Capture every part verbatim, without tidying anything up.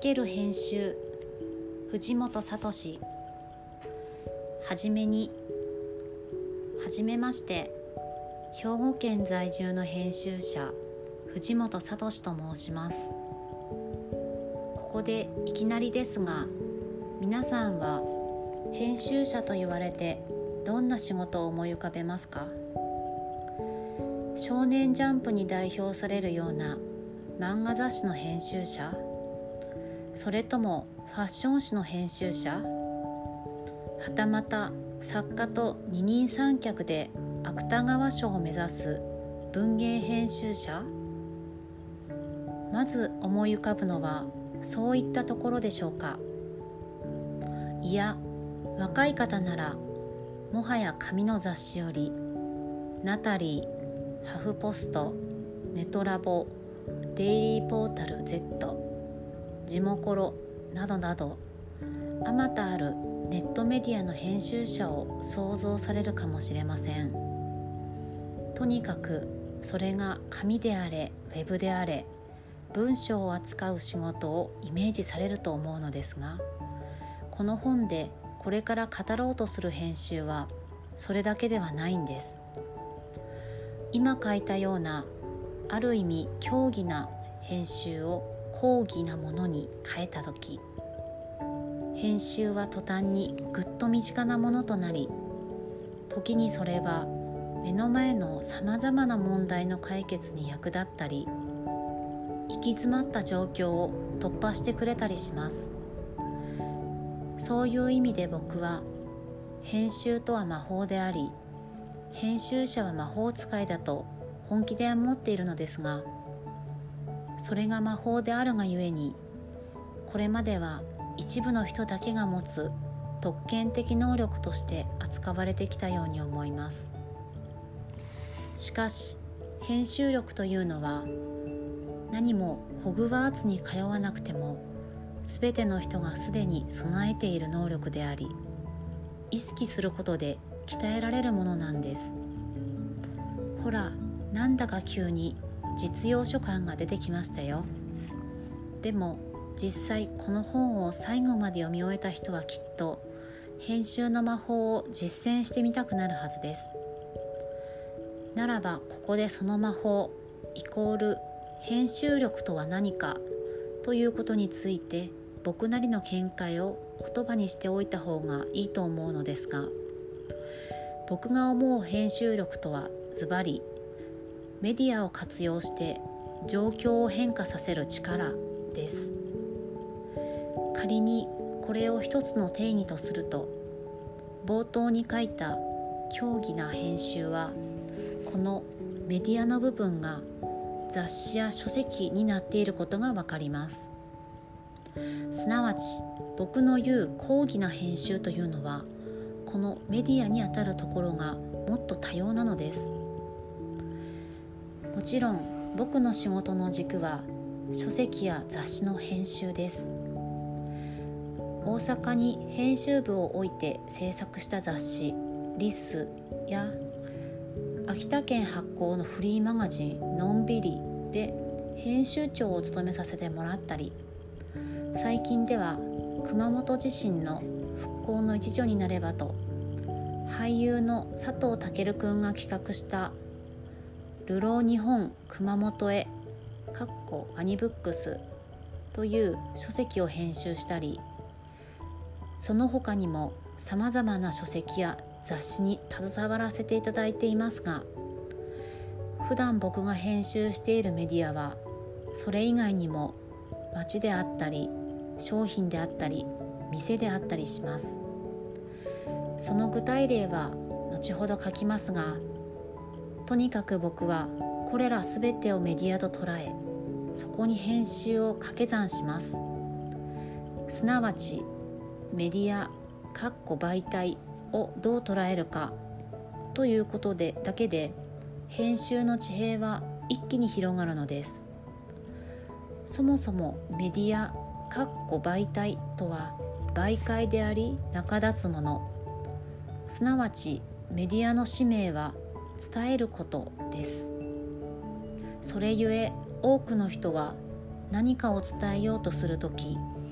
×編集藤本聡。はじめにはじめまして、兵庫県在住の編集者藤本聡と申します。ここでいきなりですが、皆さんは編集者と言われてどんな仕事を思い浮かべますか？少年ジャンプに代表されるような漫画雑誌の編集者、それともファッション誌の編集者、はたまた作家と二人三脚で芥川賞を目指す文芸編集者。まず思い浮かぶのはそういったところでしょうか。いや、若い方ならもはや紙の雑誌よりナタリー、ハフポスト、ネトラボ、デイリーポータル Z、 ジモコロなどなど、あまたあるネットメディアの編集者を想像されるかもしれません。とにかくそれが紙であれウェブであれ文章を扱う仕事をイメージされると思うのですが、この本でこれから語ろうとする編集はそれだけではないんです。今書いたようなある意味競技な編集を高義なものに変えたとき、編集は途端にぐっと身近なものとなり、時にそれは目の前のさまざまな問題の解決に役立ったり、行き詰まった状況を突破してくれたりします。そういう意味で僕は、編集とは魔法であり、編集者は魔法使いだと本気で思っているのですが、それが魔法であるがゆえに、これまでは一部の人だけが持つ特権的能力として扱われてきたように思います。しかし編集力というのは、何もホグワーツに通わなくてもすべての人がすでに備えている能力であり、意識することで鍛えられるものなんです。ほら、なんだか急に実用書感が出てきましたよ。でも実際この本を最後まで読み終えた人はきっと編集の魔法を実践してみたくなるはずです。ならばここでその魔法イコール編集力とは何かということについて、僕なりの見解を言葉にしておいた方がいいと思うのですが、僕が思う編集力とはズバリ、メディアを活用して状況を変化させる力です。仮にこれを一つの定義とすると、冒頭に書いた競技な編集は、このメディアの部分が雑誌や書籍になっていることがわかります。すなわち僕の言う高義な編集というのは、このメディアにあたるところがもっと多様なのです。もちろん僕の仕事の軸は書籍や雑誌の編集です。大阪に編集部を置いて制作した雑誌リスや、秋田県発行のフリーマガジンのんびりで編集長を務めさせてもらったり、最近では熊本地震の復興の一助になればと、俳優の佐藤健くんが企画した流浪日本熊本へアニブックスという書籍を編集したり、その他にもさまざまな書籍や雑誌に携わらせていただいていますが、普段僕が編集しているメディアはそれ以外にも街であったり商品であったり店であったりします。その具体例は後ほど書きますが、とにかく僕はこれらすべてをメディアと捉え、そこに編集を掛け算します。すなわちメディア媒体をどう捉えるかということでだけで、編集の地平は一気に広がるのです。そもそもメディア媒体とは媒介であり仲立つもの、すなわちメディアの使命は伝えることです。それゆえ多くの人は何かを伝えようとするとき、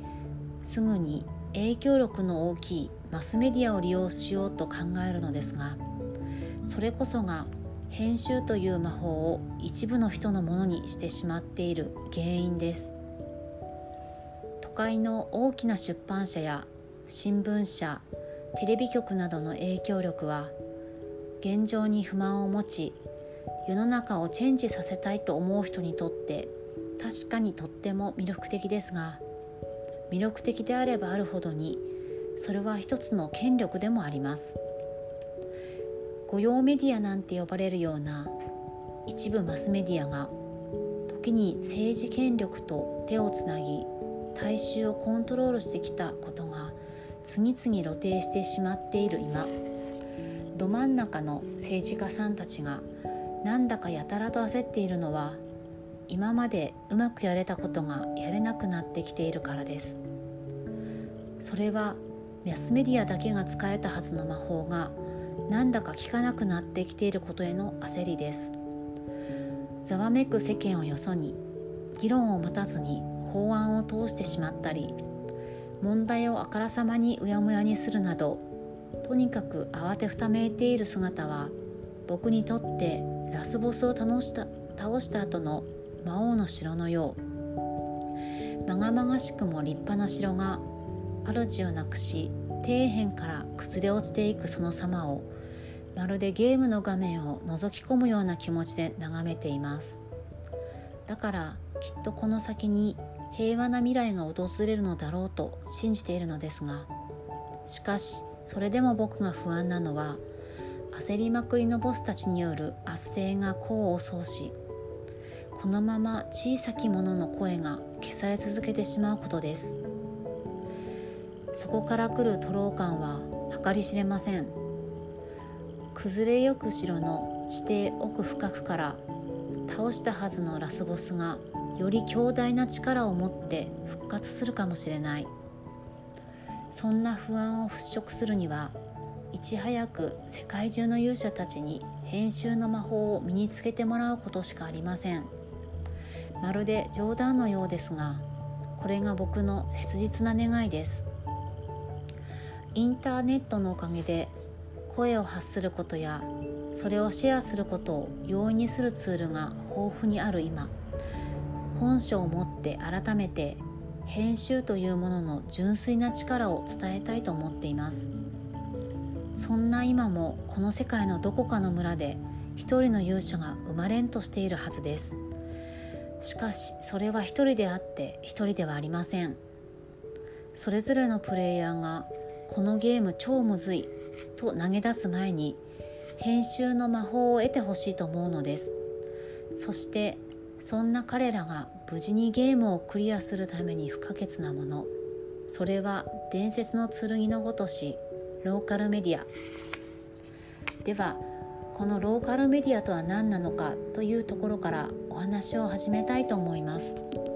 すぐに影響力の大きいマスメディアを利用しようと考えるのですが、それこそが編集という魔法を一部の人のものにしてしまっている原因です。都会の大きな出版社や新聞社、テレビ局などの影響力は、現状に不満を持ち世の中をチェンジさせたいと思う人にとって確かにとっても魅力的ですが、魅力的であればあるほどにそれは一つの権力でもあります。御用メディアなんて呼ばれるような一部マスメディアが時に政治権力と手をつなぎ大衆をコントロールしてきたことが次々露呈してしまっている今、ど真ん中の政治家さんたちがなんだかやたらと焦っているのは、今までうまくやれたことがやれなくなってきているからです。それはマスメディアだけが使えたはずの魔法がなんだか効かなくなってきていることへの焦りです。ざわめく世間をよそに議論を待たずに法案を通してしまったり、問題をあからさまにうやむやにするなど、とにかく慌てふためいている姿は、僕にとってラスボスを倒した、倒した後の魔王の城のよう、まがまがしくも立派な城が主をなくし底辺から崩れ落ちていくその様を、まるでゲームの画面を覗き込むような気持ちで眺めています。だからきっとこの先に平和な未来が訪れるのだろうと信じているのですが、しかしそれでも僕が不安なのは、焦りまくりのボスたちによる圧政が功を奏し、このまま小さき者の声が消され続けてしまうことです。そこから来る徒労感は計り知れません。崩れゆく城の地底奥深くから倒したはずのラスボスがより強大な力を持って復活するかもしれない。そんな不安を払拭するには、いち早く世界中の勇者たちに編集の魔法を身につけてもらうことしかありません。まるで冗談のようですが、これが僕の切実な願いです。インターネットのおかげで声を発することやそれをシェアすることを容易にするツールが豊富にある今、本書をもって改めて編集というものの純粋な力を伝えたいと思っています。そんな今もこの世界のどこかの村で一人の勇者が生まれんとしているはずです。しかしそれは一人であって一人ではありません。それぞれのプレイヤーがこのゲーム超むずいと投げ出す前に編集の魔法を得てほしいと思うのです。そしてそんな彼らが無事にゲームをクリアするために不可欠なもの、それは伝説の剣のごとしローカルメディア。ではこのローカルメディアとは何なのかというところからお話を始めたいと思います。